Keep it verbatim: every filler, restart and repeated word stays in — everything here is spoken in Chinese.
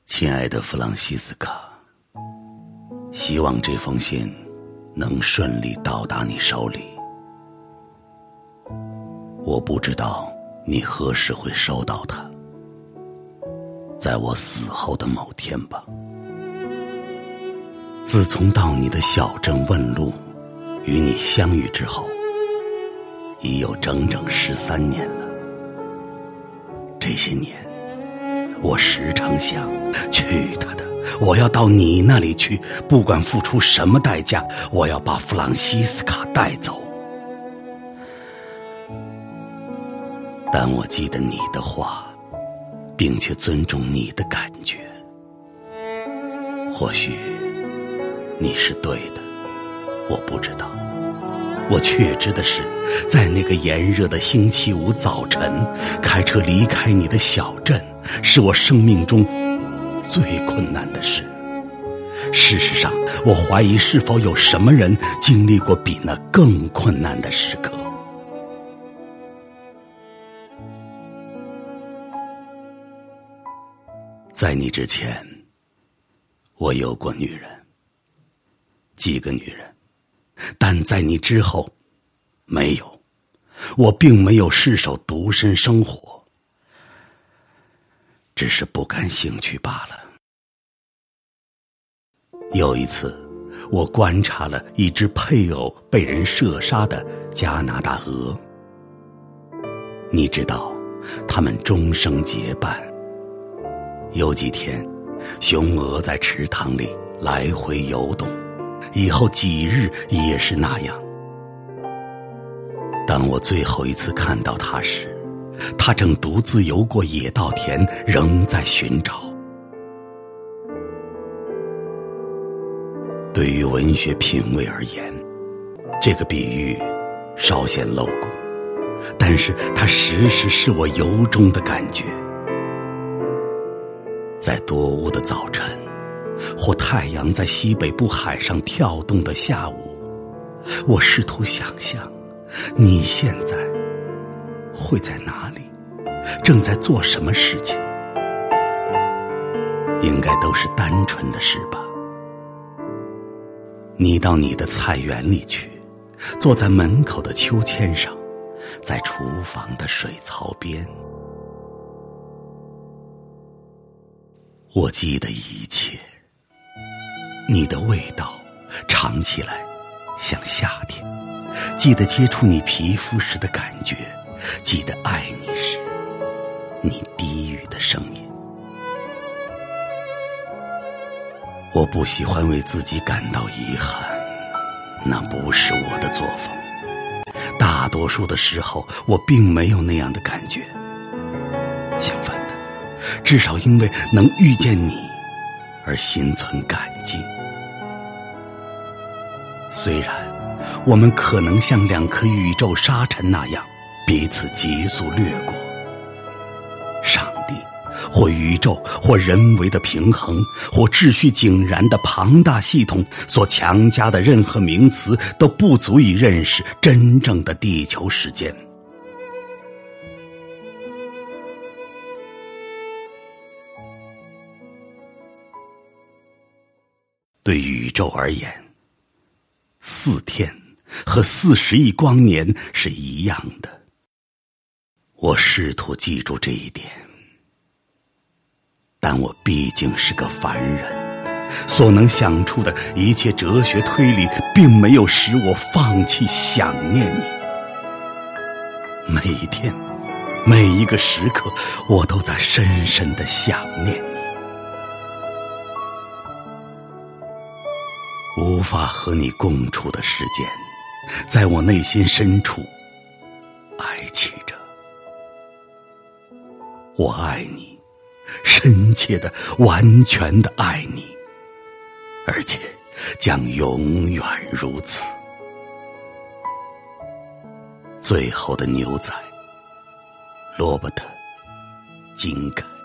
亲爱的弗朗西斯卡，希望这封信能顺利到达你手里。我不知道你何时会收到它，在我死后的某天吧。自从到你的小镇问路，与你相遇之后，已有整整十三年了。这些年，我时常想，去他的，我要到你那里去，不管付出什么代价，我要把弗朗西斯卡带走。但我记得你的话，并且尊重你的感觉。或许你是对的，我不知道。我确知的是，在那个炎热的星期五早晨，开车离开你的小镇，是我生命中最困难的事。事实上，我怀疑是否有什么人经历过比那更困难的时刻。在你之前，我有过女人，几个女人，但在你之后，没有。我并没有誓守独身生活，只是不感兴趣罢了。有一次，我观察了一只配偶被人射杀的加拿大鹅。你知道，它们终生结伴。有几天，雄鹅在池塘里来回游动，以后几日也是那样。当我最后一次看到它时，它正独自游过野稻田，仍在寻找。对于文学品味而言，这个比喻稍显露骨，但是它时时是我由衷的感觉。在多雾的早晨，或太阳在西北部海上跳动的下午，我试图想象，你现在会在哪里，正在做什么事情。应该都是单纯的事吧。你到你的菜园里去，坐在门口的秋千上，在厨房的水槽边。我记得一切，你的味道尝起来像夏天，记得接触你皮肤时的感觉，记得爱你时你低语的声音。我不喜欢为自己感到遗憾，那不是我的作风。大多数的时候，我并没有那样的感觉。相反的，至少因为能遇见你而心存感激。虽然我们可能像两颗宇宙沙尘那样彼此急速掠过，上帝或宇宙或人为的平衡或秩序井然的庞大系统所强加的任何名词都不足以认识真正的地球时间。对宇宙而言，四天和四十亿光年是一样的。我试图记住这一点，但我毕竟是个凡人，所能想出的一切哲学推理并没有使我放弃想念你。每一天，每一个时刻，我都在深深地想念你。无法和你共处的时间，在我内心深处哀泣着。我爱你，深切的、完全的爱你，而且将永远如此。最后的牛仔，罗伯特·金肯。